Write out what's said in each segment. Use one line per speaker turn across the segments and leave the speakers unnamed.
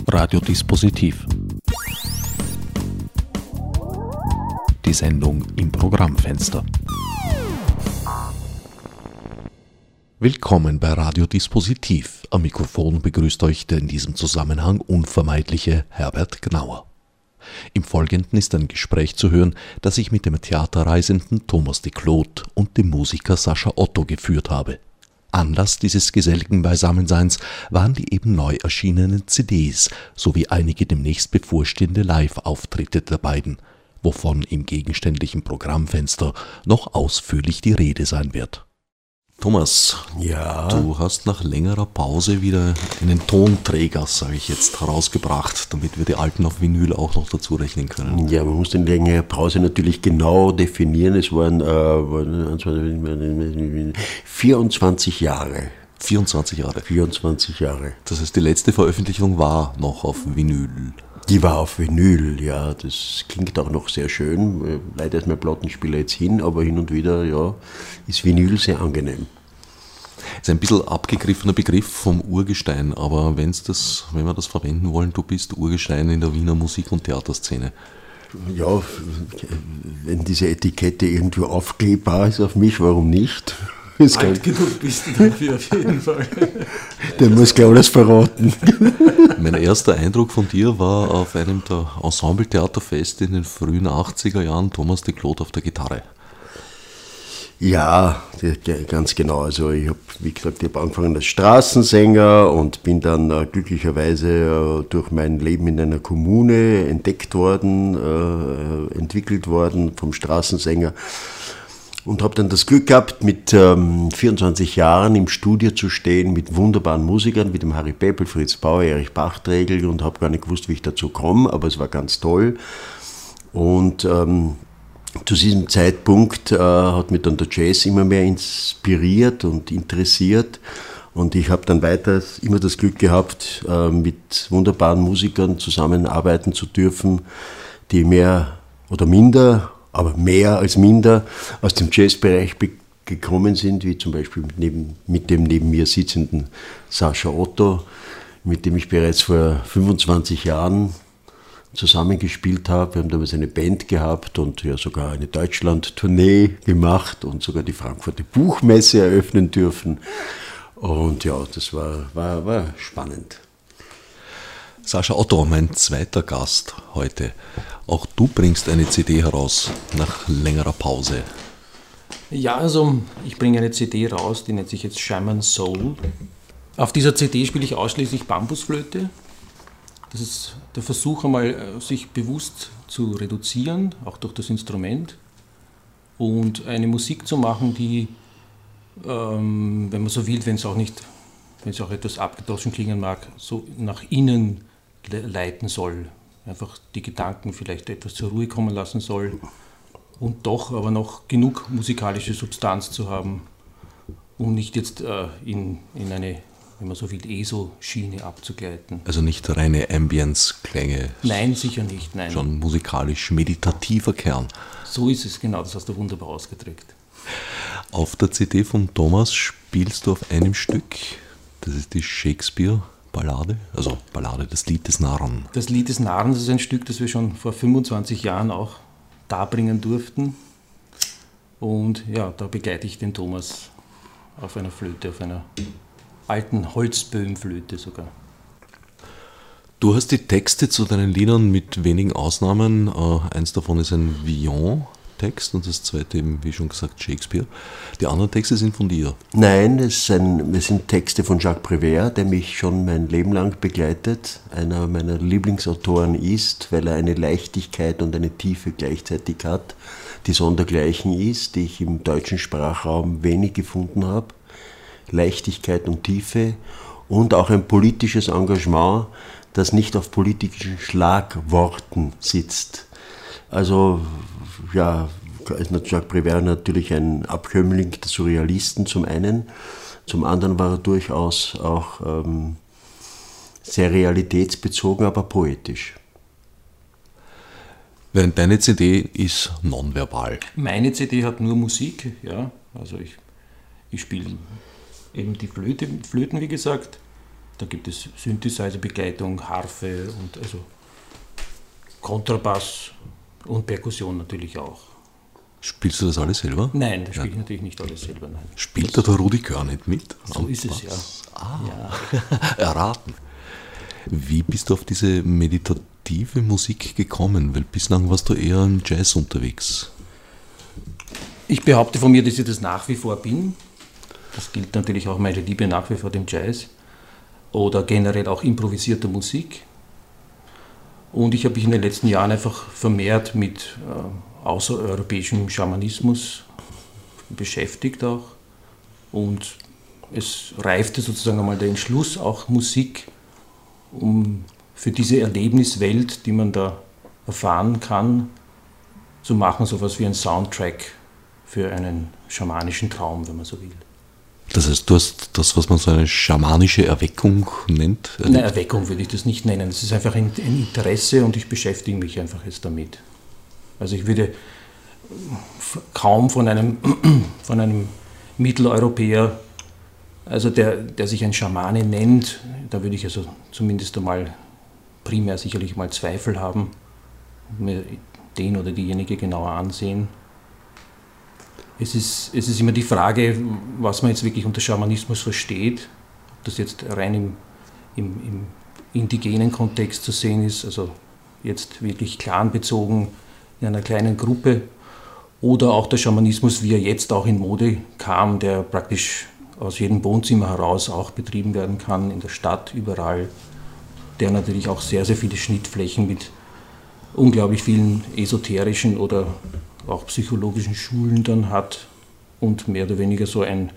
Radiodispositiv. Die Sendung im Programmfenster. Willkommen bei Radiodispositiv. Am Mikrofon begrüßt euch der in diesem Zusammenhang unvermeidliche Herbert Gnauer. Im Folgenden ist ein Gespräch zu hören, das ich mit dem Theaterreisenden Thomas de Claude und dem Musiker Sascha Otto geführt habe. Anlass dieses geselligen Beisammenseins waren die eben neu erschienenen CDs sowie einige demnächst bevorstehende Live-Auftritte der beiden, wovon im gegenständlichen Programmfenster noch ausführlich die Rede sein wird. Thomas,
ja.
Du hast nach längerer Pause wieder einen Tonträger, sage ich jetzt, herausgebracht, damit wir die alten auf Vinyl auch noch dazu rechnen können.
Ja, man muss die längere Pause natürlich genau definieren. Es waren 24 Jahre.
24 Jahre?
24 Jahre.
Das heißt, die letzte Veröffentlichung war noch auf Vinyl?
Die war auf Vinyl, ja. Das klingt auch noch sehr schön. Leider ist mein Plattenspieler jetzt hin, aber hin und wieder, ja, ist Vinyl sehr angenehm.
Ist ein bisschen abgegriffener Begriff vom Urgestein, aber wenn wir das verwenden wollen, du bist Urgestein in der Wiener Musik- und Theaterszene.
Ja, wenn diese Etikette irgendwo aufklebbar ist auf mich, warum nicht?
Alt genug bist du dafür auf jeden Fall.
Der muss gleich alles verraten.
Mein erster Eindruck von dir war auf einem der Ensemble-Theaterfeste in den frühen 80er Jahren Thomas de Claude auf der Gitarre.
Ja, ganz genau. Also ich habe, wie gesagt, angefangen als Straßensänger und bin dann glücklicherweise durch mein Leben in einer Kommune entdeckt worden, entwickelt worden vom Straßensänger. Und habe dann das Glück gehabt, mit 24 Jahren im Studio zu stehen mit wunderbaren Musikern, wie dem Harry Peppel, Fritz Bauer, Erich Bachträgel, und habe gar nicht gewusst, wie ich dazu komme, aber es war ganz toll. Und zu diesem Zeitpunkt hat mich dann der Jazz immer mehr inspiriert und interessiert. Und ich habe dann weiter immer das Glück gehabt, mit wunderbaren Musikern zusammenarbeiten zu dürfen, die mehr oder minder, aber mehr als minder aus dem Jazzbereich gekommen sind, wie zum Beispiel mit dem neben mir sitzenden Sascha Otto, mit dem ich bereits vor 25 Jahren zusammengespielt habe. Wir haben damals eine Band gehabt und ja sogar eine Deutschland-Tournee gemacht und sogar die Frankfurter Buchmesse eröffnen dürfen. Und ja, das war spannend.
Sascha Otto, mein zweiter Gast heute. Auch du bringst eine CD heraus nach längerer Pause.
Ja, also ich bringe eine CD raus, die nennt sich jetzt Shaman Soul. Auf dieser CD spiele ich ausschließlich Bambusflöte. Das ist der Versuch einmal, sich bewusst zu reduzieren, auch durch das Instrument, und eine Musik zu machen, die, wenn man so will, wenn es auch etwas abgedroschen klingen mag, so nach innen leiten soll. Einfach die Gedanken vielleicht etwas zur Ruhe kommen lassen soll und doch aber noch genug musikalische Substanz zu haben, um nicht jetzt in eine, wenn man so will, ESO-Schiene abzugleiten.
Also nicht reine Ambience-Klänge.
Nein, sicher nicht, nein.
Schon musikalisch meditativer Kern.
So ist es, genau, das hast du wunderbar ausgedrückt.
Auf der CD von Thomas spielst du auf einem Stück, das ist die Shakespeare-Ballade, also Ballade, das Lied des Narren.
Das Lied des Narren, das ist ein Stück, das wir schon vor 25 Jahren auch darbringen durften. Und ja, da begleite ich den Thomas auf einer Flöte, auf einer alten Holzböhmflöte sogar.
Du hast die Texte zu deinen Liedern mit wenigen Ausnahmen. Eins davon ist ein Villon-Text und das zweite eben, wie schon gesagt, Shakespeare. Die anderen Texte sind von dir.
Nein, es sind Texte von Jacques Prévert, der mich schon mein Leben lang begleitet. Einer meiner Lieblingsautoren ist, weil er eine Leichtigkeit und eine Tiefe gleichzeitig hat, die sondergleichen ist, die ich im deutschen Sprachraum wenig gefunden habe. Leichtigkeit und Tiefe und auch ein politisches Engagement, das nicht auf politischen Schlagworten sitzt. Also, ja, ist Jacques Prévert natürlich ein Abkömmling der Surrealisten zum einen, zum anderen war er durchaus auch sehr realitätsbezogen, aber poetisch.
Während deine CD ist nonverbal. Meine CD hat nur Musik, ja, also ich spiele eben die Flöten, wie gesagt, Da gibt es Synthesizer-Begleitung, Harfe und also Kontrabass und Perkussion natürlich auch.
Spielst du das alles selber?
Nein, das spiele ich natürlich nicht alles selber. Nein.
Spielt da der Rudi Kör nicht mit?
So ist es, ja.
Erraten. Wie bist du auf diese meditative Musik gekommen? Weil bislang warst du eher im Jazz unterwegs.
Ich behaupte von mir, dass ich das nach wie vor bin. Das gilt natürlich auch meine Liebe nach wie vor dem Jazz oder generell auch improvisierter Musik. Und ich habe mich in den letzten Jahren einfach vermehrt mit außereuropäischem Schamanismus beschäftigt auch. Und es reifte sozusagen einmal der Entschluss, auch Musik für diese Erlebniswelt, die man da erfahren kann, zu machen, sowas wie ein Soundtrack für einen schamanischen Traum, wenn man so will.
Das heißt, du hast das, was man so eine schamanische Erweckung nennt?
Eine Erweckung würde ich das nicht nennen. Es ist einfach ein Interesse und ich beschäftige mich einfach jetzt damit. Also ich würde kaum von einem Mitteleuropäer, also der sich ein Schamane nennt, da würde ich also zumindest einmal primär sicherlich mal Zweifel haben, mir den oder diejenige genauer ansehen. Es ist immer die Frage, was man jetzt wirklich unter Schamanismus versteht, ob das jetzt rein im indigenen Kontext zu sehen ist, also jetzt wirklich clanbezogen in einer kleinen Gruppe, oder auch der Schamanismus, wie er jetzt auch in Mode kam, der praktisch aus jedem Wohnzimmer heraus auch betrieben werden kann, in der Stadt, überall, der natürlich auch sehr, sehr viele Schnittflächen mit unglaublich vielen esoterischen oder auch psychologischen Schulen dann hat und mehr oder weniger so ein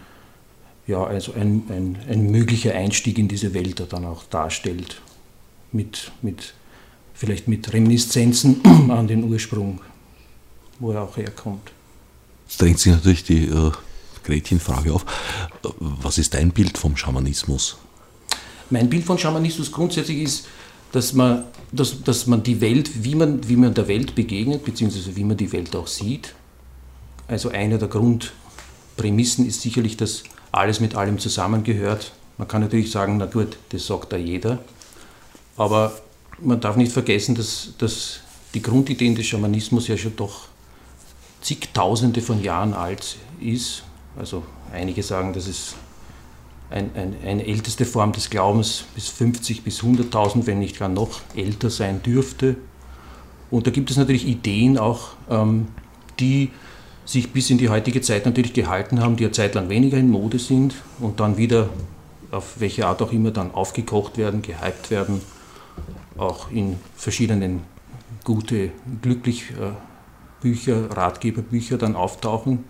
möglicher Einstieg in diese Welt dann auch darstellt, vielleicht mit Reminiszenzen an den Ursprung, wo er auch herkommt.
Jetzt drängt sich natürlich die Gretchenfrage auf. Was ist dein Bild vom Schamanismus?
Mein Bild von Schamanismus grundsätzlich ist, dass man die Welt, wie man der Welt begegnet, beziehungsweise wie man die Welt auch sieht. Also eine der Grundprämissen ist sicherlich, dass alles mit allem zusammengehört. Man kann natürlich sagen, na gut, das sagt da jeder. Aber man darf nicht vergessen, dass die Grundideen des Schamanismus ja schon doch zigtausende von Jahren alt ist. Also einige sagen, dass es eine älteste Form des Glaubens bis 50 bis 100.000, wenn nicht gar noch älter sein dürfte. Und da gibt es natürlich Ideen auch, die sich bis in die heutige Zeit natürlich gehalten haben, die eine Zeit lang weniger in Mode sind und dann wieder, auf welche Art auch immer, dann aufgekocht werden, gehypt werden, auch in verschiedenen gute Glücklich-Bücher, Ratgeberbücher dann auftauchen.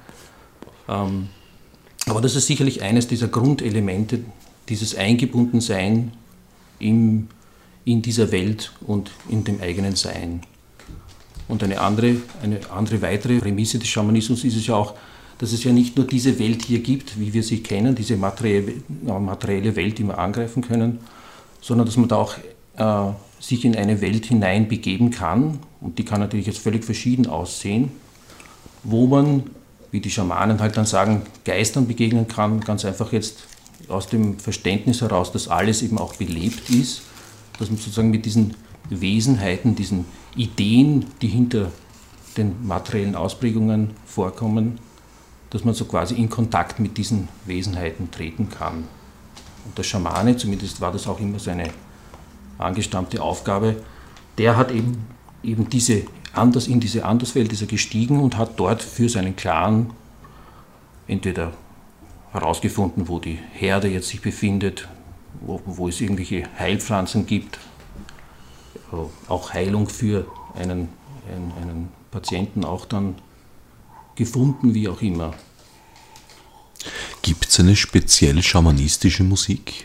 Aber das ist sicherlich eines dieser Grundelemente, dieses Eingebundensein in dieser Welt und in dem eigenen Sein. Und eine andere weitere Prämisse des Schamanismus ist es ja auch, dass es ja nicht nur diese Welt hier gibt, wie wir sie kennen, diese materielle Welt, die wir angreifen können, sondern dass man da auch sich in eine Welt hinein begeben kann, und die kann natürlich jetzt völlig verschieden aussehen, wo man, wie die Schamanen halt dann sagen, Geistern begegnen kann, ganz einfach jetzt aus dem Verständnis heraus, dass alles eben auch belebt ist, dass man sozusagen mit diesen Wesenheiten, diesen Ideen, die hinter den materiellen Ausprägungen vorkommen, dass man so quasi in Kontakt mit diesen Wesenheiten treten kann. Und der Schamane, zumindest war das auch immer seine angestammte Aufgabe, der hat eben in diese Anderswelt ist er gestiegen und hat dort für seinen Clan entweder herausgefunden, wo die Herde jetzt sich befindet, wo es irgendwelche Heilpflanzen gibt, auch Heilung für einen Patienten auch dann gefunden, wie auch immer.
Gibt es eine speziell schamanistische Musik?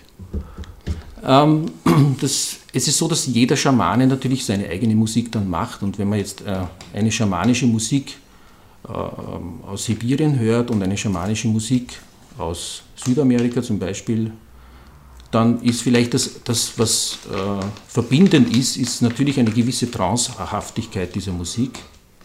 Es ist so, dass jeder Schamane natürlich seine eigene Musik dann macht, und wenn man jetzt eine schamanische Musik aus Sibirien hört und eine schamanische Musik aus Südamerika zum Beispiel, dann ist vielleicht das was verbindend ist natürlich eine gewisse Trancehaftigkeit dieser Musik.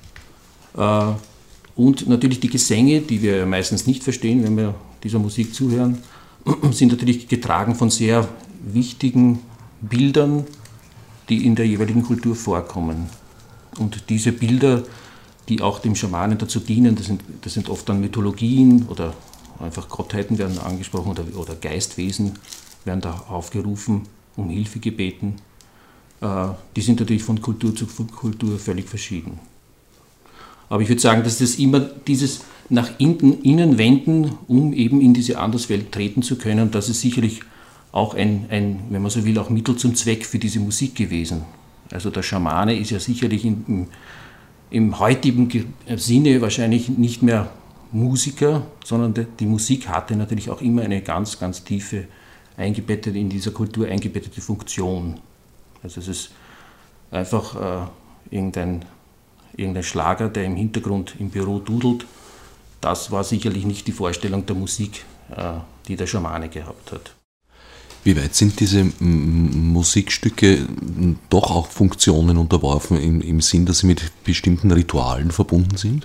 Und natürlich die Gesänge, die wir meistens nicht verstehen, wenn wir dieser Musik zuhören, sind natürlich getragen von sehr wichtigen Bildern, die in der jeweiligen Kultur vorkommen. Und diese Bilder, die auch dem Schamanen dazu dienen, das sind oft dann Mythologien oder einfach Gottheiten werden angesprochen oder Geistwesen werden da aufgerufen, um Hilfe gebeten. Die sind natürlich von Kultur zu Kultur völlig verschieden. Aber ich würde sagen, dass das immer dieses nach innen wenden, um eben in diese Anderswelt treten zu können, das ist sicherlich auch ein, wenn man so will, auch Mittel zum Zweck für diese Musik gewesen. Also der Schamane ist ja sicherlich im heutigen Sinne wahrscheinlich nicht mehr Musiker, sondern die Musik hatte natürlich auch immer eine ganz, ganz tiefe, in dieser Kultur eingebettete Funktion. Also es ist einfach irgendein Schlager, der im Hintergrund im Büro dudelt. Das war sicherlich nicht die Vorstellung der Musik, die der Schamane gehabt hat.
Wie weit sind diese Musikstücke doch auch Funktionen unterworfen, im Sinn, dass sie mit bestimmten Ritualen verbunden sind?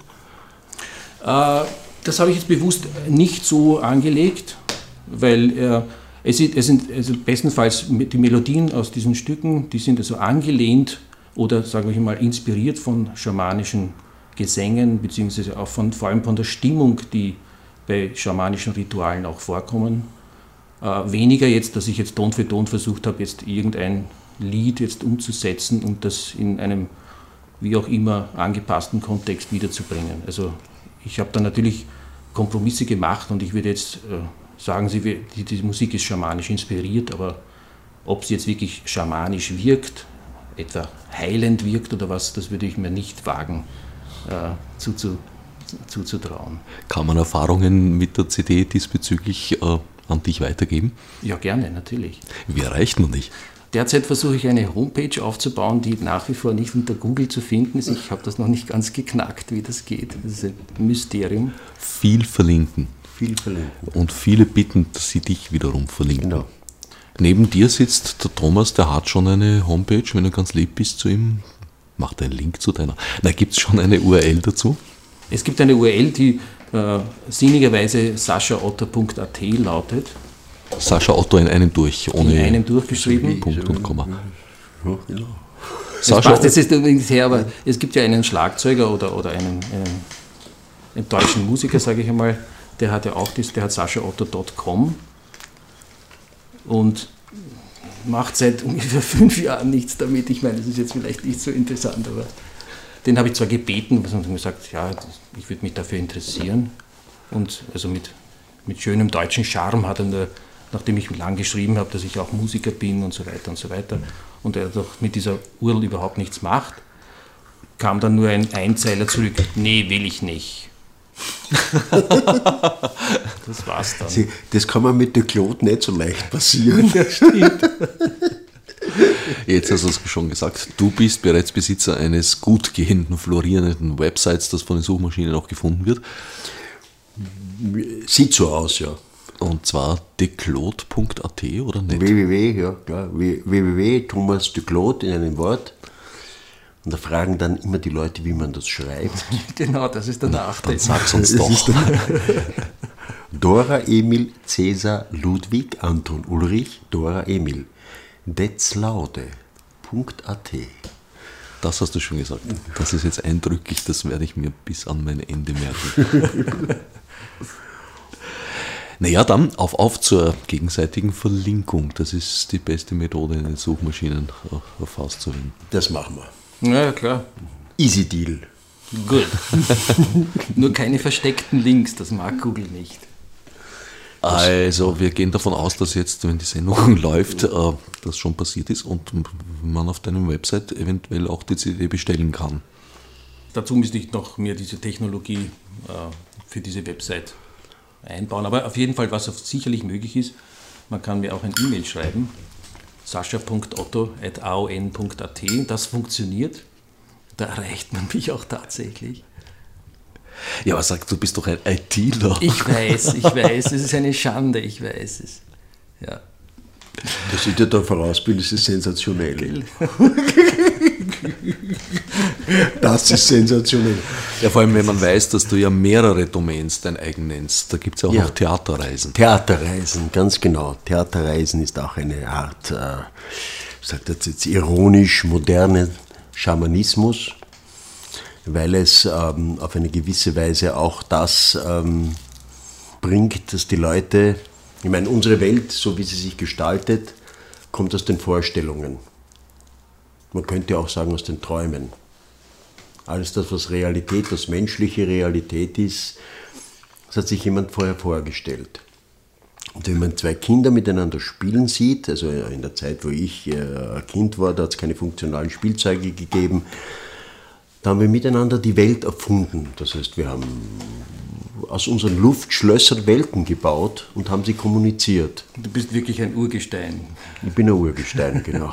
Das habe ich jetzt bewusst nicht so angelegt, weil es sind also bestenfalls die Melodien aus diesen Stücken, die sind also angelehnt oder, sagen wir mal, inspiriert von schamanischen Gesängen, beziehungsweise auch vor allem von der Stimmung, die bei schamanischen Ritualen auch vorkommen. Weniger jetzt, dass ich jetzt Ton für Ton versucht habe, jetzt irgendein Lied jetzt umzusetzen und das in einem wie auch immer angepassten Kontext wiederzubringen. Also ich habe da natürlich Kompromisse gemacht und ich würde jetzt sagen, die Musik ist schamanisch inspiriert, aber ob sie jetzt wirklich schamanisch wirkt, etwa heilend wirkt oder was, das würde ich mir nicht wagen zuzutrauen.
Kann man Erfahrungen mit der CD diesbezüglich an dich weitergeben?
Ja, gerne, natürlich.
Wie erreicht man dich?
Derzeit versuche ich eine Homepage aufzubauen, die nach wie vor nicht unter Google zu finden ist. Ich habe das noch nicht ganz geknackt, wie das geht. Das ist ein Mysterium.
Viel verlinken. Und viele bitten, dass sie dich wiederum verlinken.
Genau.
Neben dir sitzt der Thomas, der hat schon eine Homepage. Wenn du ganz lieb bist zu ihm, macht einen Link zu deiner. Na, gibt es schon eine URL dazu?
Es gibt eine URL, die sinnigerweise saschaotter.at lautet.
Sascha Otto in einem durch, ohne
in einem durchgeschrieben.
Punkt und Komma.
Ja, genau.
Das passt jetzt übrigens her, aber es gibt ja einen Schlagzeuger oder einen deutschen Musiker, sage ich einmal, der hat ja auch der hat saschaotter.com und macht seit ungefähr 5 Jahren nichts damit. Ich meine, das ist jetzt vielleicht nicht so interessant, aber den habe ich zwar gebeten und gesagt, ja, ich würde mich dafür interessieren. Und also mit schönem deutschen Charme hat er, nachdem ich lang geschrieben habe, dass ich auch Musiker bin und so weiter und so weiter, und er doch mit dieser URL überhaupt nichts macht, kam dann nur ein Einzeiler zurück, nee, will ich nicht. Das war's dann.
Das kann man mit der Claude nicht so leicht passieren.
Ja, stimmt.
Jetzt hast du es schon gesagt, du bist bereits Besitzer eines gut gehenden, florierenden Websites, das von den Suchmaschinen auch gefunden wird.
Sieht so aus, ja.
Und zwar declaude.at oder nicht?
www.thomasdeclaude in einem Wort. Und da fragen dann immer die Leute, wie man das schreibt.
Genau, das ist der Nachteil.
Dann sag's uns doch.
Dora, Emil, Cäsar, Ludwig, Anton, Ulrich, Dora, Emil. Detzlaude.at.
Das hast du schon gesagt. Das ist jetzt eindrücklich, das werde ich mir bis an mein Ende merken. Naja, dann auf zur gegenseitigen Verlinkung. Das ist die beste Methode, in den Suchmaschinen auszuwählen.
Das machen wir.
Ja, klar.
Easy Deal.
Gut. Nur keine versteckten Links, das mag Google nicht.
Also wir gehen davon aus, dass jetzt, wenn die Sendung läuft, das schon passiert ist und man auf deinem Website eventuell auch die CD bestellen kann.
Dazu müsste ich noch mir diese Technologie für diese Website einbauen. Aber auf jeden Fall, was sicherlich möglich ist, man kann mir auch ein E-Mail schreiben, sascha.otto@aon.at, das funktioniert. Da erreicht man mich auch tatsächlich.
Ja, aber sag, du bist doch ein ITler.
Ich weiß, es ist eine Schande, ich weiß es. Ja.
Was ich dir da vorausbilde, ist sensationell. Das ist sensationell.
Ja, vor allem, wenn man weiß, dass du ja mehrere Domains dein eigen nennst. Da gibt es ja auch noch Theaterreisen.
Theaterreisen, ganz genau. Theaterreisen ist auch eine Art, ich sage das jetzt ironisch, modernen Schamanismus, weil es auf eine gewisse Weise auch das bringt, dass die Leute, ich meine, unsere Welt, so wie sie sich gestaltet, kommt aus den Vorstellungen. Man könnte auch sagen, aus den Träumen. Alles das, was Realität, was menschliche Realität ist, das hat sich jemand vorher vorgestellt. Und wenn man zwei Kinder miteinander spielen sieht, also in der Zeit, wo ich Kind war, da hat es keine funktionalen Spielzeuge gegeben, da haben wir miteinander die Welt erfunden. Das heißt, wir haben aus unseren Luftschlössern Welten gebaut und haben sie kommuniziert.
Du bist wirklich ein Urgestein.
Ich bin ein Urgestein, genau.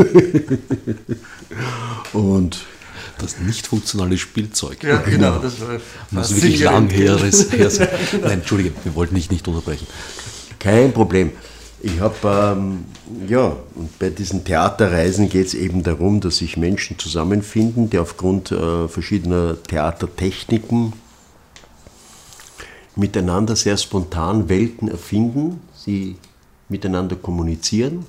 Und
das nicht funktionale Spielzeug.
Ja, genau. Das war
muss wirklich lang her sein. Nein, Entschuldige, wir wollten dich nicht unterbrechen.
Kein Problem. Ich habe, und bei diesen Theaterreisen geht es eben darum, dass sich Menschen zusammenfinden, die aufgrund verschiedener Theatertechniken miteinander sehr spontan Welten erfinden, sie miteinander kommunizieren.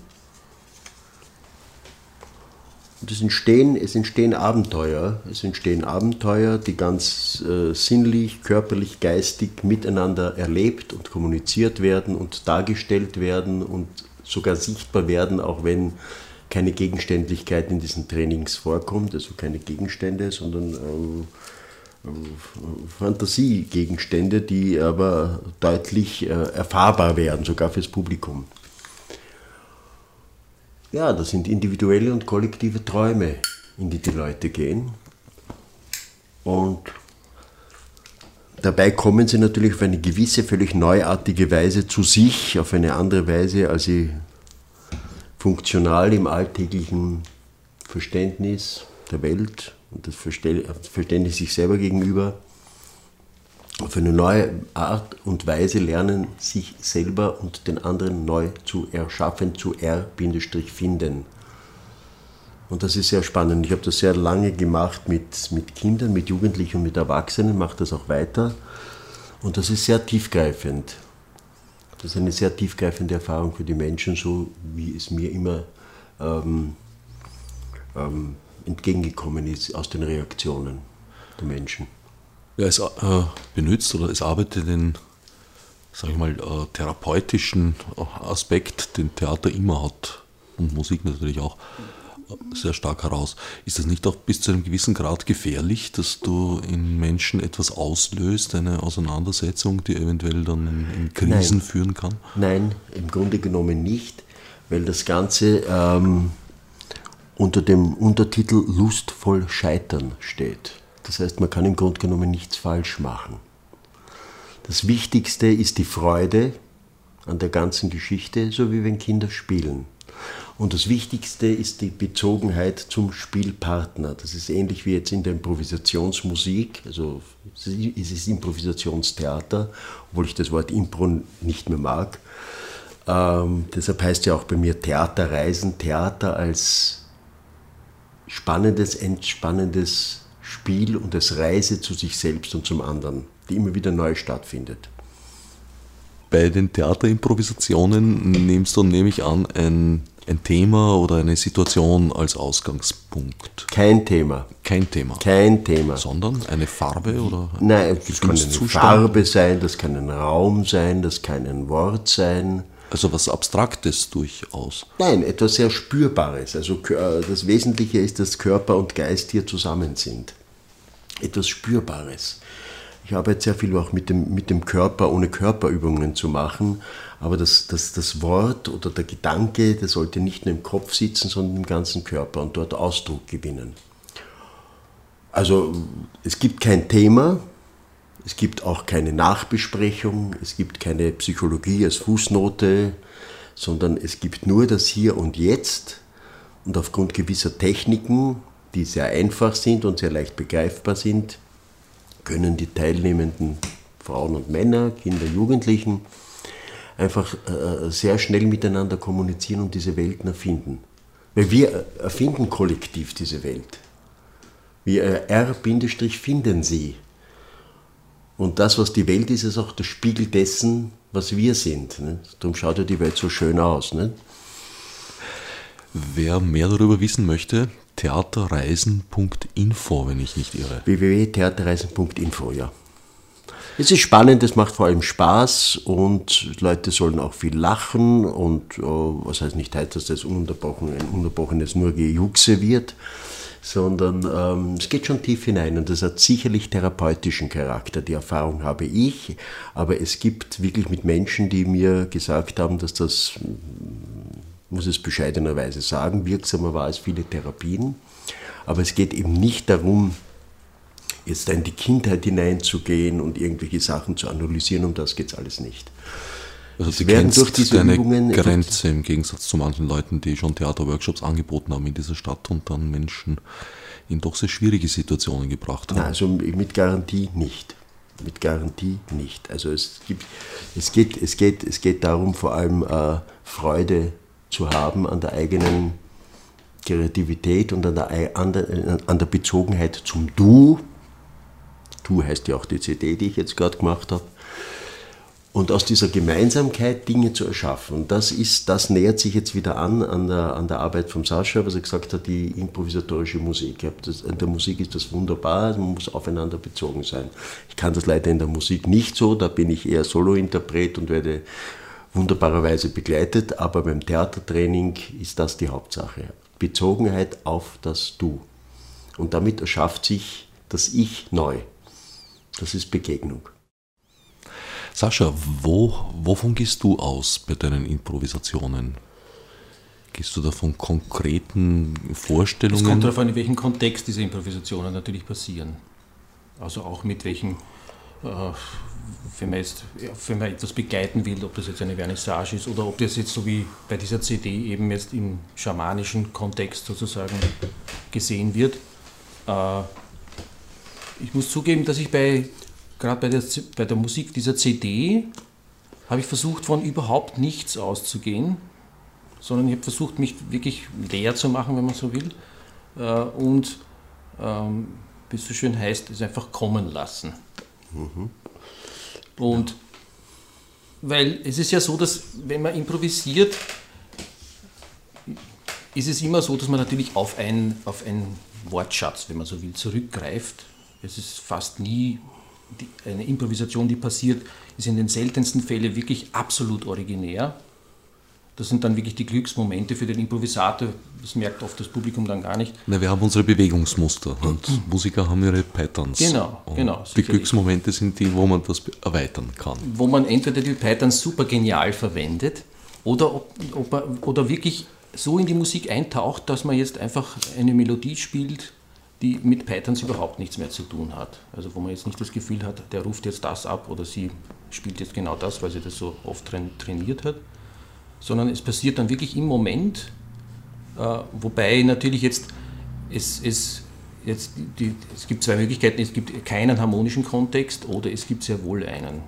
Und es entstehen Abenteuer, die ganz sinnlich, körperlich, geistig miteinander erlebt und kommuniziert werden und dargestellt werden und sogar sichtbar werden, auch wenn keine Gegenständlichkeit in diesen Trainings vorkommt, also keine Gegenstände, sondern Fantasiegegenstände, die aber deutlich erfahrbar werden, sogar fürs Publikum. Ja, das sind individuelle und kollektive Träume, in die die Leute gehen. Und dabei kommen sie natürlich auf eine gewisse, völlig neuartige Weise zu sich, auf eine andere Weise, als sie funktional im alltäglichen Verständnis der Welt und das Verständnis sich selber gegenüber auf eine neue Art und Weise lernen, sich selber und den anderen neu zu erschaffen, zu finden. Und das ist sehr spannend. Ich habe das sehr lange gemacht mit Kindern, mit Jugendlichen und mit Erwachsenen, mache das auch weiter. Und das ist sehr tiefgreifend. Das ist eine sehr tiefgreifende Erfahrung für die Menschen, so wie es mir immer entgegengekommen ist aus den Reaktionen der Menschen.
Ja, es benutzt oder es arbeitet den, sag ich mal, therapeutischen Aspekt, den Theater immer hat und Musik natürlich auch, sehr stark heraus. Ist das nicht auch bis zu einem gewissen Grad gefährlich, dass du in Menschen etwas auslöst, eine Auseinandersetzung, die eventuell dann in Krisen führen kann?
Nein, im Grunde genommen nicht, weil das Ganze unter dem Untertitel Lustvoll Scheitern steht. Das heißt, man kann im Grunde genommen nichts falsch machen. Das Wichtigste ist die Freude an der ganzen Geschichte, so wie wenn Kinder spielen. Und das Wichtigste ist die Bezogenheit zum Spielpartner. Das ist ähnlich wie jetzt in der Improvisationsmusik, also es ist Improvisationstheater, obwohl ich das Wort Impro nicht mehr mag. Deshalb heißt ja auch bei mir Theaterreisen, Theater als spannendes, entspannendes Spiel und als Reise zu sich selbst und zum anderen, die immer wieder neu stattfindet.
Bei den Theaterimprovisationen nimmst du, nehme ich an, ein Thema oder eine Situation als Ausgangspunkt?
Kein Thema.
Kein Thema?
Kein Thema.
Sondern eine Farbe oder?
Nein, das kann eine Farbe sein, das kann ein Raum sein, das kann ein Wort sein.
Also was Abstraktes durchaus?
Nein, etwas sehr Spürbares. Also das Wesentliche ist, dass Körper und Geist hier zusammen sind. Etwas Spürbares. Ich arbeite sehr viel auch mit dem Körper, ohne Körperübungen zu machen, aber das Wort oder der Gedanke, der sollte nicht nur im Kopf sitzen, sondern im ganzen Körper und dort Ausdruck gewinnen. Also es gibt kein Thema, es gibt auch keine Nachbesprechung, es gibt keine Psychologie als Fußnote, sondern es gibt nur das Hier und Jetzt und aufgrund gewisser Techniken, die sehr einfach sind und sehr leicht begreifbar sind, können die teilnehmenden Frauen und Männer, Kinder, Jugendlichen einfach sehr schnell miteinander kommunizieren und diese Welten erfinden. Weil wir erfinden kollektiv diese Welt. Wir R-finden sie. Und das, was die Welt ist, ist auch der Spiegel dessen, was wir sind. Ne? Darum schaut ja die Welt so schön aus. Ne?
Wer mehr darüber wissen möchte, theaterreisen.info, wenn ich nicht irre.
www.theaterreisen.info, ja. Es ist spannend, es macht vor allem Spaß und Leute sollen auch viel lachen und was heißt nicht, dass das ein ununterbrochenes nur Gejuchse wird, sondern es geht schon tief hinein und das hat sicherlich therapeutischen Charakter. Die Erfahrung habe ich, aber es gibt wirklich mit Menschen, die mir gesagt haben, dass das, muss es bescheidenerweise sagen, wirksamer war als viele Therapien. Aber es geht eben nicht darum, jetzt in die Kindheit hineinzugehen und irgendwelche Sachen zu analysieren, um das geht es alles nicht.
Also du kennst deine Grenze im Gegensatz zu manchen Leuten, die schon Theaterworkshops angeboten haben in dieser Stadt und dann Menschen in doch sehr schwierige Situationen gebracht haben.
Nein, also mit Garantie nicht. Mit Garantie nicht. Also es geht darum, vor allem Freude zu haben an der eigenen Kreativität und an der Bezogenheit zum Du. Du heißt ja auch die CD, die ich jetzt gerade gemacht habe. Und aus dieser Gemeinsamkeit Dinge zu erschaffen. Und das nähert sich jetzt wieder an der Arbeit von Sascha, was er gesagt hat, die improvisatorische Musik. In der Musik ist das wunderbar, also man muss aufeinander bezogen sein. Ich kann das leider in der Musik nicht so, da bin ich eher Solo-Interpret und werde wunderbarerweise begleitet, aber beim Theatertraining ist das die Hauptsache. Bezogenheit auf das Du. Und damit erschafft sich das Ich neu. Das ist Begegnung.
Sascha, wovon gehst du aus bei deinen Improvisationen? Gehst du da von konkreten Vorstellungen?
Es kommt darauf an, in welchem Kontext diese Improvisationen natürlich passieren. Also auch mit welchem, wenn man etwas begleiten will, ob das jetzt eine Vernissage ist oder ob das jetzt so wie bei dieser CD eben jetzt im schamanischen Kontext sozusagen gesehen wird. Ich muss zugeben, dass ich gerade bei der Musik dieser CD habe ich versucht, von überhaupt nichts auszugehen, sondern ich habe versucht, mich wirklich leer zu machen, wenn man so will, und wie es so schön heißt, es einfach kommen lassen. Mhm. Und weil es ist ja so, dass wenn man improvisiert, ist es immer so, dass man natürlich auf einen Wortschatz, wenn man so will, zurückgreift. Es ist fast nie eine Improvisation, die passiert, ist in den seltensten Fällen wirklich absolut originär. Das sind dann wirklich die Glücksmomente für den Improvisator. Das merkt oft das Publikum dann gar nicht.
Na, wir haben unsere Bewegungsmuster und Musiker haben ihre Patterns.
Genau.
Die Glücksmomente sind die, wo man das erweitern kann.
Wo man entweder die Patterns super genial verwendet oder wirklich so in die Musik eintaucht, dass man jetzt einfach eine Melodie spielt, die mit Patterns überhaupt nichts mehr zu tun hat. Also wo man jetzt nicht das Gefühl hat, der ruft jetzt das ab oder sie spielt jetzt genau das, weil sie das so oft trainiert hat, sondern es passiert dann wirklich im Moment, wobei natürlich es gibt zwei Möglichkeiten, es gibt keinen harmonischen Kontext oder es gibt sehr wohl einen.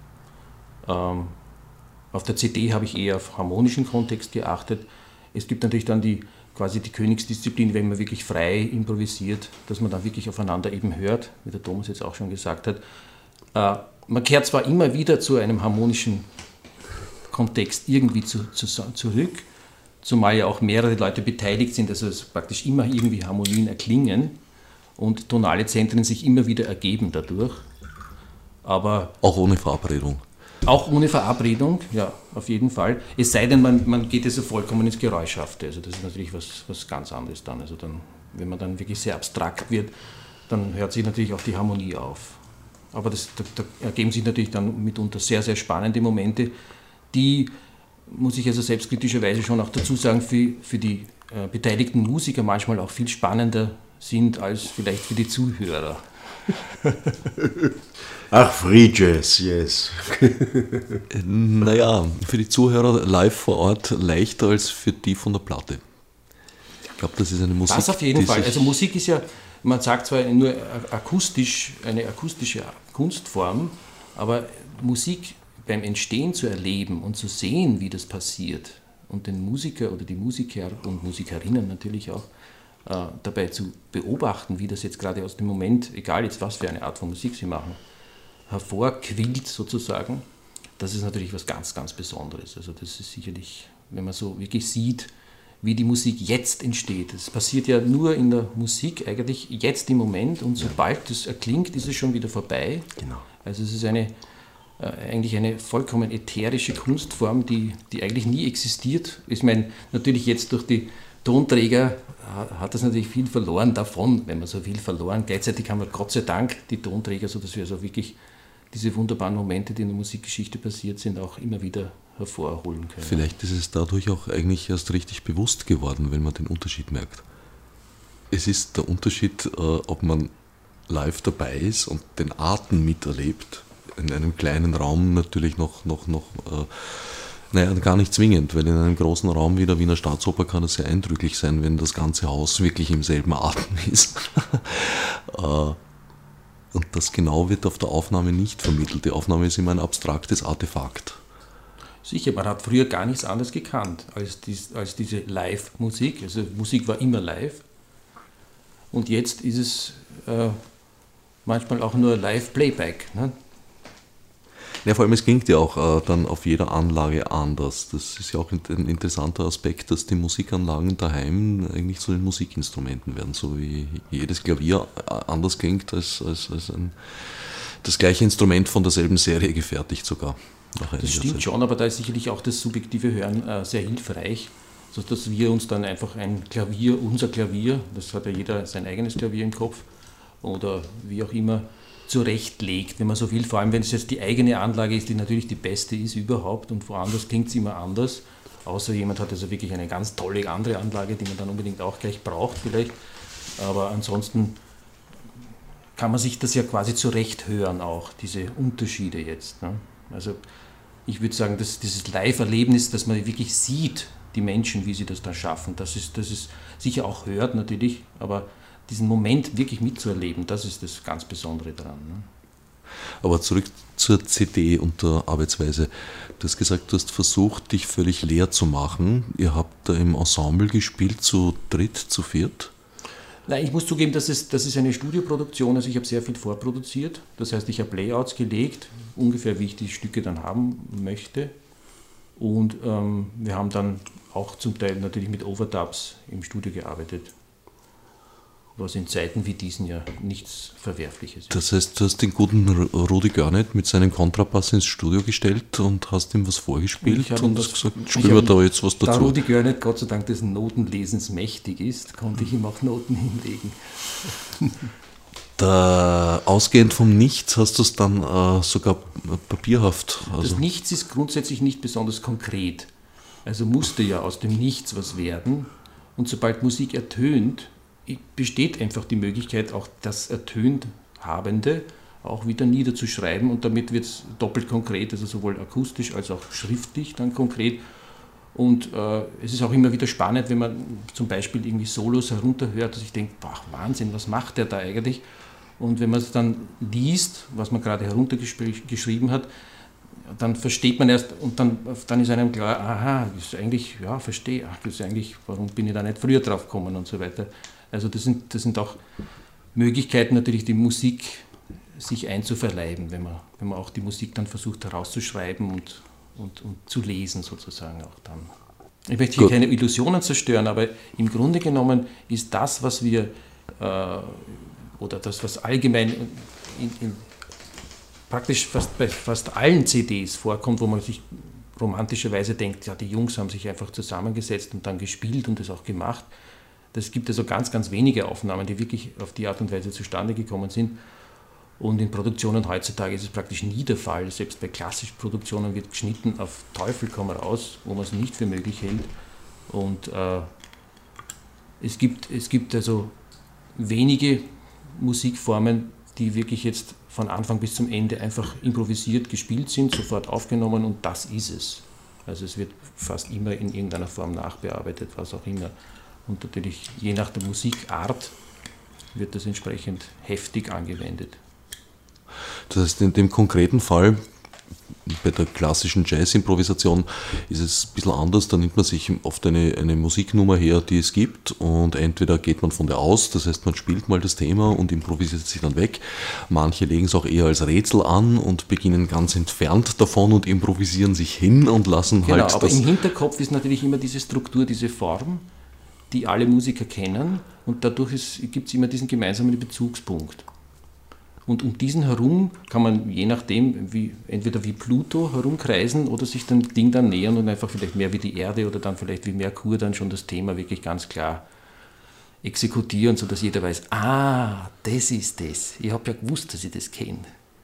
Auf der CD habe ich eher auf harmonischen Kontext geachtet. Es gibt natürlich dann quasi die Königsdisziplin, wenn man wirklich frei improvisiert, dass man dann wirklich aufeinander eben hört, wie der Thomas jetzt auch schon gesagt hat. Man kehrt zwar immer wieder zu einem harmonischen Kontext irgendwie zurück, zumal ja auch mehrere Leute beteiligt sind, also es praktisch immer irgendwie Harmonien erklingen und tonale Zentren sich immer wieder ergeben dadurch. Aber
auch ohne Verabredung.
Auch ohne Verabredung, ja, auf jeden Fall. Es sei denn, man geht also vollkommen ins Geräuschhafte. Also das ist natürlich was ganz anderes dann. Also dann, wenn man dann wirklich sehr abstrakt wird, dann hört sich natürlich auch die Harmonie auf. Aber da ergeben sich natürlich dann mitunter sehr, sehr spannende Momente, die, muss ich also selbstkritischerweise schon auch dazu sagen, für die beteiligten Musiker manchmal auch viel spannender sind als vielleicht für die Zuhörer.
Ach, Free Jazz, yes.
Naja, für die Zuhörer live vor Ort leichter als für die von der Platte. Ich glaube, das ist eine Musik.
Das auf jeden Fall. Also Musik ist ja, man sagt zwar nur akustisch, eine akustische Kunstform, aber Musik beim Entstehen zu erleben und zu sehen, wie das passiert und den Musiker oder die Musiker und Musikerinnen natürlich auch dabei zu beobachten, wie das jetzt gerade aus dem Moment, egal jetzt was für eine Art von Musik sie machen, hervorquillt sozusagen, das ist natürlich was ganz, ganz Besonderes. Also das ist sicherlich, wenn man so wirklich sieht, wie die Musik jetzt entsteht. Es passiert ja nur in der Musik eigentlich jetzt im Moment und sobald das erklingt, ist es schon wieder vorbei.
Genau.
Also es ist eigentlich eine vollkommen ätherische Kunstform, die eigentlich nie existiert. Ich meine, natürlich jetzt durch die Tonträger hat das natürlich viel verloren davon, wenn man so viel verloren. Gleichzeitig haben wir Gott sei Dank die Tonträger, sodass wir also wirklich diese wunderbaren Momente, die in der Musikgeschichte passiert sind, auch immer wieder hervorholen können.
Vielleicht ist es dadurch auch eigentlich erst richtig bewusst geworden, wenn man den Unterschied merkt. Es ist der Unterschied, ob man live dabei ist und den Atem miterlebt, in einem kleinen Raum natürlich noch gar nicht zwingend, weil in einem großen Raum wie der Wiener Staatsoper kann es sehr eindrücklich sein, wenn das ganze Haus wirklich im selben Atem ist. Und das genau wird auf der Aufnahme nicht vermittelt. Die Aufnahme ist immer ein abstraktes Artefakt.
Sicher, man hat früher gar nichts anderes gekannt als diese Live-Musik. Also Musik war immer live. Und jetzt ist es manchmal auch nur Live-Playback. Ne?
Ja, vor allem, es klingt ja auch dann auf jeder Anlage anders. Das ist ja auch ein interessanter Aspekt, dass die Musikanlagen daheim eigentlich zu den Musikinstrumenten werden, so wie jedes Klavier anders klingt als das gleiche Instrument von derselben Serie gefertigt sogar.
Das stimmt schon, aber da ist sicherlich auch das subjektive Hören sehr hilfreich, sodass wir uns dann einfach unser Klavier, das hat ja jeder sein eigenes Klavier im Kopf oder wie auch immer, zurechtlegt, wenn man so will, vor allem wenn es jetzt die eigene Anlage ist, die natürlich die beste ist überhaupt und woanders klingt es immer anders, außer jemand hat also wirklich eine ganz tolle andere Anlage, die man dann unbedingt auch gleich braucht vielleicht, aber ansonsten kann man sich das ja quasi zurecht hören auch, diese Unterschiede jetzt. Ne? Also ich würde sagen, dass dieses Live-Erlebnis, dass man wirklich sieht, die Menschen, wie sie das da schaffen, das ist sicher auch hört natürlich, aber diesen Moment wirklich mitzuerleben, das ist das ganz Besondere daran. Ne?
Aber zurück zur CD und der Arbeitsweise. Du hast gesagt, du hast versucht, dich völlig leer zu machen. Ihr habt da im Ensemble gespielt, zu dritt, zu viert?
Nein, ich muss zugeben, das ist eine Studioproduktion, also ich habe sehr viel vorproduziert. Das heißt, ich habe Layouts gelegt, ungefähr wie ich die Stücke dann haben möchte. Und wir haben dann auch zum Teil natürlich mit Overdubs im Studio gearbeitet. Was in Zeiten wie diesen ja nichts Verwerfliches ist.
Das heißt, du hast den guten Rudi Görnet mit seinem Kontrabass ins Studio gestellt und hast ihm was vorgespielt und gesagt, spielen wir da jetzt was dazu.
Da Rudi Görnet Gott sei Dank des Notenlesens mächtig ist, konnte ich ihm auch Noten hinlegen.
Ausgehend vom Nichts hast du es dann sogar papierhaft.
Das Nichts ist grundsätzlich nicht besonders konkret. Also musste ja aus dem Nichts was werden. Und sobald Musik ertönt, besteht einfach die Möglichkeit, auch das ertönt Habende auch wieder niederzuschreiben und damit wird es doppelt konkret, also sowohl akustisch als auch schriftlich dann konkret. Und es ist auch immer wieder spannend, wenn man zum Beispiel irgendwie Solos herunterhört, dass ich denke, Wahnsinn, was macht der da eigentlich? Und wenn man es dann liest, was man gerade heruntergeschrieben hat, dann versteht man erst und dann ist einem klar, aha, das ist eigentlich, ja, verstehe, das ist eigentlich, warum bin ich da nicht früher drauf gekommen und so weiter. Also das sind auch Möglichkeiten natürlich, die Musik sich einzuverleiben, wenn man auch die Musik dann versucht herauszuschreiben und zu lesen sozusagen auch dann. Ich möchte hier keine Illusionen zerstören, aber im Grunde genommen ist das, was wir, oder das, was allgemein in praktisch bei fast allen CDs vorkommt, wo man sich romantischerweise denkt, ja, die Jungs haben sich einfach zusammengesetzt und dann gespielt und das auch gemacht. Es gibt also ganz, ganz wenige Aufnahmen, die wirklich auf die Art und Weise zustande gekommen sind. Und in Produktionen heutzutage ist es praktisch nie der Fall. Selbst bei klassischen Produktionen wird geschnitten auf Teufel komm raus, wo man es nicht für möglich hält. Und es gibt also wenige Musikformen, die wirklich jetzt von Anfang bis zum Ende einfach improvisiert gespielt sind, sofort aufgenommen und das ist es. Also es wird fast immer in irgendeiner Form nachbearbeitet, was auch immer. Und natürlich je nach der Musikart wird das entsprechend heftig angewendet.
Das heißt, in dem konkreten Fall bei der klassischen Jazz-Improvisation ist es ein bisschen anders. Da nimmt man sich oft eine Musiknummer her, die es gibt, und entweder geht man von der aus, das heißt, man spielt mal das Thema und improvisiert sich dann weg. Manche legen es auch eher als Rätsel an und beginnen ganz entfernt davon und improvisieren sich hin und lassen
genau,
halt
aber
das...
im Hinterkopf ist natürlich immer diese Struktur, diese Form, die alle Musiker kennen, und dadurch gibt es immer diesen gemeinsamen Bezugspunkt. Und um diesen herum kann man je nachdem entweder wie Pluto herumkreisen oder sich dem Ding dann nähern und einfach vielleicht mehr wie die Erde oder dann vielleicht wie Merkur dann schon das Thema wirklich ganz klar exekutieren, sodass jeder weiß, das ist das. Ich habe ja gewusst, dass ich das kenne.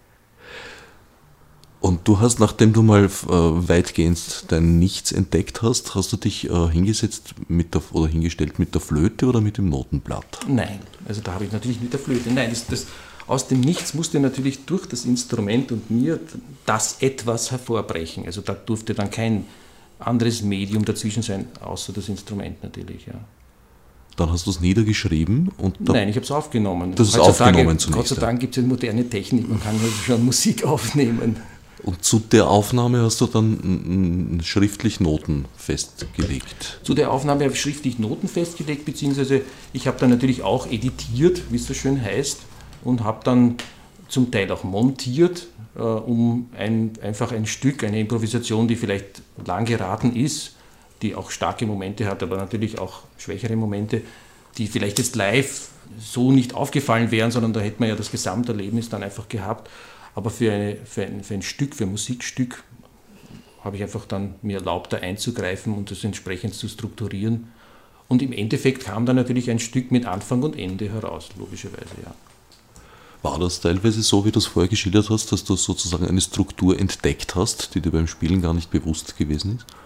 Und du hast, nachdem du mal weitgehend dein Nichts entdeckt hast, hast du dich hingestellt mit der Flöte oder mit dem Notenblatt?
Nein, also da habe ich natürlich mit der Flöte. Nein, aus dem Nichts musste natürlich durch das Instrument und mir das etwas hervorbrechen. Also da durfte dann kein anderes Medium dazwischen sein, außer das Instrument natürlich. Ja.
Dann hast du es niedergeschrieben?
Nein, ich habe es aufgenommen.
Das ist aufgenommen zunächst.
Gott sei Dank gibt es ja moderne Technik, man kann also schon Musik aufnehmen.
Und zu der Aufnahme hast du dann schriftlich Noten festgelegt?
Zu der Aufnahme habe ich schriftlich Noten festgelegt, beziehungsweise ich habe dann natürlich auch editiert, wie es so schön heißt, und habe dann zum Teil auch montiert, um einfach ein Stück, eine Improvisation, die vielleicht lang geraten ist, die auch starke Momente hat, aber natürlich auch schwächere Momente, die vielleicht jetzt live so nicht aufgefallen wären, sondern da hätte man ja das Gesamterlebnis dann einfach gehabt. Aber für ein Stück, für ein Musikstück, habe ich einfach dann mir erlaubt, da einzugreifen und das entsprechend zu strukturieren. Und im Endeffekt kam dann natürlich ein Stück mit Anfang und Ende heraus, logischerweise, ja.
War das teilweise so, wie du es vorher geschildert hast, dass du sozusagen eine Struktur entdeckt hast, die dir beim Spielen gar nicht bewusst gewesen ist?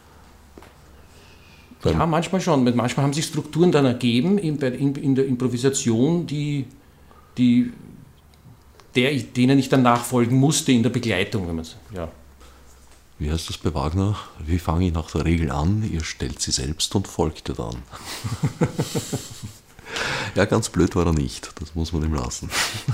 Ja, manchmal schon. Manchmal haben sich Strukturen dann ergeben in der Improvisation, denen ich dann nachfolgen musste in der Begleitung. Wenn ja.
Wie heißt das bei Wagner? Wie fange ich nach der Regel an? Ihr stellt sie selbst und folgt ihr dann. Ja, ganz blöd war er nicht, das muss man ihm lassen.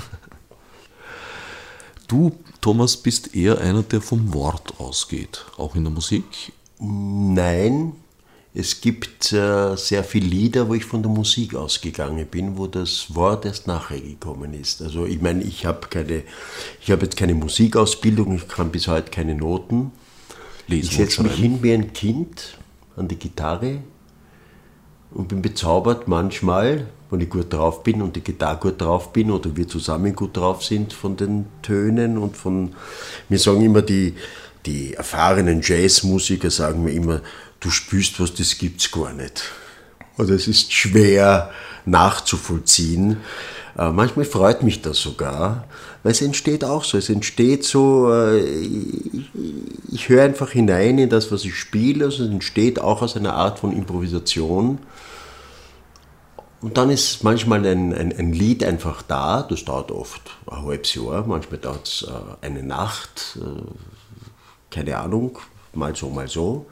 Du, Thomas, bist eher einer, der vom Wort ausgeht, auch in der Musik?
Nein, es gibt sehr viele Lieder, wo ich von der Musik ausgegangen bin, wo das Wort erst nachher gekommen ist. Also ich meine, ich habe jetzt keine Musikausbildung, ich kann bis heute keine Noten.
Lesen
ich setze mich hin wie ein Kind an die Gitarre und bin bezaubert manchmal, wenn ich gut drauf bin und die Gitarre gut drauf bin oder wir zusammen gut drauf sind von den Tönen und mir sagen immer die erfahrenen Jazzmusiker sagen mir immer, du spürst was, das gibt's gar nicht. Oder es ist schwer nachzuvollziehen. Manchmal freut mich das sogar, weil es entsteht auch so. Es entsteht so, ich höre einfach hinein in das, was ich spiele. Also es entsteht auch aus einer Art von Improvisation. Und dann ist manchmal ein Lied einfach da, das dauert oft ein halbes Jahr, manchmal dauert es eine Nacht, keine Ahnung, mal so, mal so.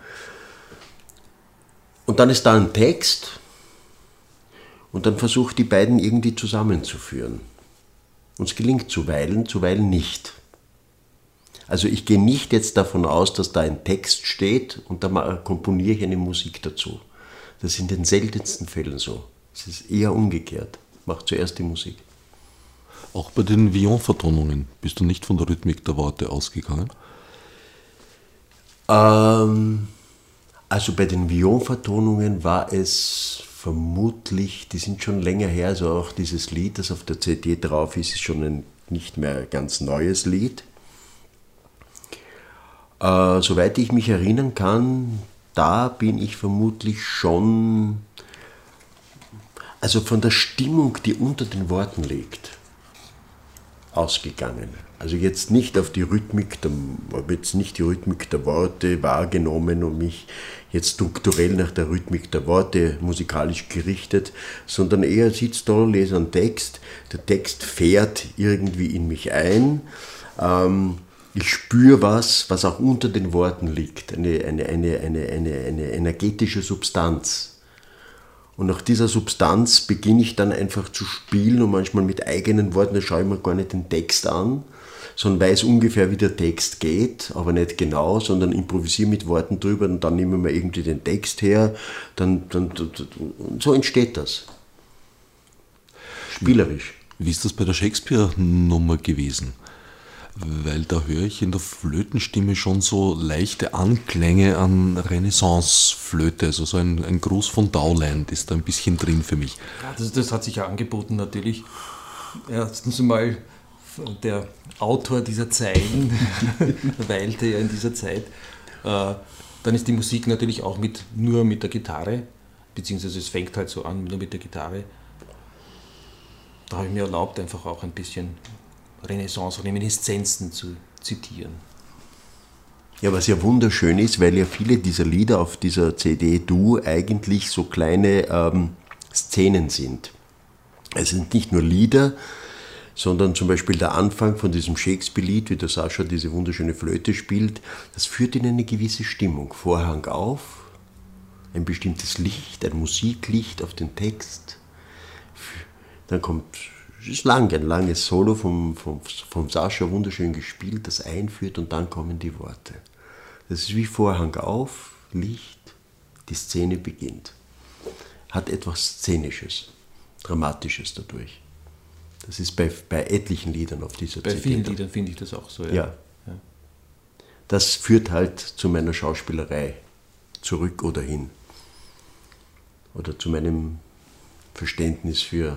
Und dann ist da ein Text und dann versuche ich die beiden irgendwie zusammenzuführen. Und es gelingt zuweilen nicht. Also ich gehe nicht jetzt davon aus, dass da ein Text steht und dann komponiere ich eine Musik dazu. Das ist in den seltensten Fällen so. Es ist eher umgekehrt. Ich mache zuerst die Musik.
Auch bei den Violon-Vertonungen bist du nicht von der Rhythmik der Worte ausgegangen?
Also bei den Violon-Vertonungen war es vermutlich, die sind schon länger her, also auch dieses Lied, das auf der CD drauf ist schon ein nicht mehr ganz neues Lied. Soweit ich mich erinnern kann, da bin ich vermutlich schon, also von der Stimmung, die unter den Worten liegt, ausgegangen. Also jetzt nicht auf die Rhythmik, habe jetzt nicht die Rhythmik der Worte wahrgenommen und mich jetzt strukturell nach der Rhythmik der Worte musikalisch gerichtet, sondern eher sitzt da, lese einen Text, der Text fährt irgendwie in mich ein, ich spüre was auch unter den Worten liegt, eine energetische Substanz. Und nach dieser Substanz beginne ich dann einfach zu spielen und manchmal mit eigenen Worten, da schaue ich mir gar nicht den Text an, sondern weiß ungefähr, wie der Text geht, aber nicht genau, sondern improvisiere mit Worten drüber und dann nehmen wir irgendwie den Text her, und so entsteht das. Spielerisch.
Wie ist das bei der Shakespeare-Nummer gewesen? Weil da höre ich in der Flötenstimme schon so leichte Anklänge an Renaissance-Flöte, also so ein Gruß von Dowland ist da ein bisschen drin für mich.
Ja, das hat sich ja angeboten natürlich. Erstens mal der Autor dieser Zeilen weilte ja in dieser Zeit. Dann ist die Musik natürlich auch nur mit der Gitarre, beziehungsweise es fängt halt so an, nur mit der Gitarre. Da habe ich mir erlaubt, einfach auch ein bisschen Renaissance, Reminiszenzen zu zitieren.
Ja, was ja wunderschön ist, weil ja viele dieser Lieder auf dieser CD Du eigentlich so kleine Szenen sind. Es sind nicht nur Lieder, sondern zum Beispiel der Anfang von diesem Shakespeare-Lied, wie der Sascha diese wunderschöne Flöte spielt, das führt in eine gewisse Stimmung. Vorhang auf, ein bestimmtes Licht, ein Musiklicht auf den Text. Dann kommt, es ist ein langes Solo vom Sascha, wunderschön gespielt, das einführt und dann kommen die Worte. Das ist wie Vorhang auf, Licht, die Szene beginnt. Hat etwas Szenisches, Dramatisches dadurch. Das ist bei etlichen Liedern auf dieser CD.
Bei vielen Liedern finde ich das auch so.
Ja. Das führt halt zu meiner Schauspielerei zurück oder hin. Oder zu meinem Verständnis für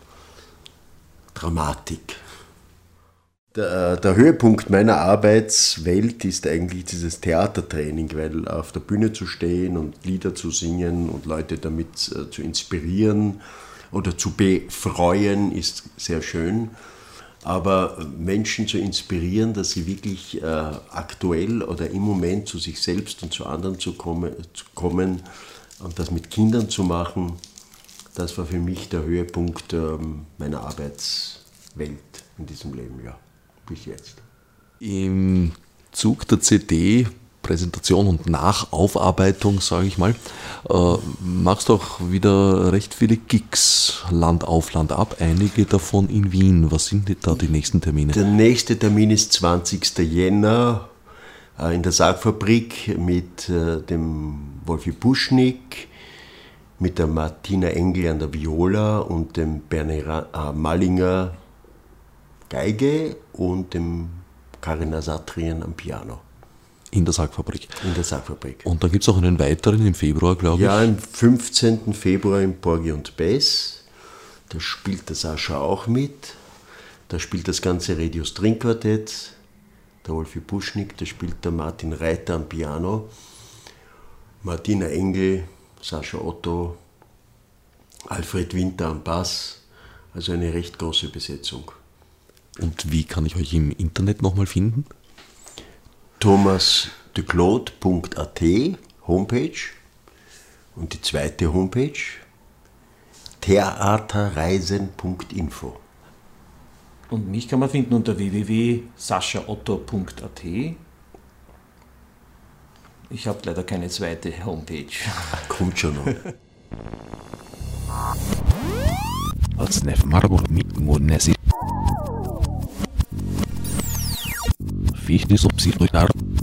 Dramatik. Der Höhepunkt meiner Arbeitswelt ist eigentlich dieses Theatertraining, weil auf der Bühne zu stehen und Lieder zu singen und Leute damit zu inspirieren oder zu befreuen, ist sehr schön. Aber Menschen zu inspirieren, dass sie wirklich aktuell oder im Moment zu sich selbst und zu anderen zu kommen und das mit Kindern zu machen, das war für mich der Höhepunkt meiner Arbeitswelt in diesem Leben, ja, bis jetzt.
Im Zug der CD, Präsentation und Nachaufarbeitung, sage ich mal, machst du auch wieder recht viele Gigs, Land auf, Land ab, einige davon in Wien. Was sind denn da die nächsten Termine?
Der nächste Termin ist 20. Jänner in der Sargfabrik mit dem Wolfi Puschnik, mit der Martina Engel an der Viola und dem Bernhard Mallinger Geige und dem Karin Asatrian am Piano.
In der Sargfabrik.
In der Sargfabrik.
Und dann gibt es auch einen weiteren im Februar, glaube ich.
Ja, am 15. Februar in Porgy und Bess. Da spielt der Sascha auch mit. Da spielt das ganze Radio String Quartett. Der Wolfi Puschnik, da spielt der Martin Reiter am Piano. Martina Engel, Sascha Otto, Alfred Winter am Bass. Also eine recht große Besetzung.
Und wie kann ich euch im Internet nochmal finden?
thomasdeclaude.at Homepage und die zweite Homepage theaterreisen.info.
Und mich kann man finden unter www.saschaotto.at. Ich habe leider keine zweite Homepage.
Kommt schon noch.
Als Nef Marburg mit Monesi. Fichtes ob sie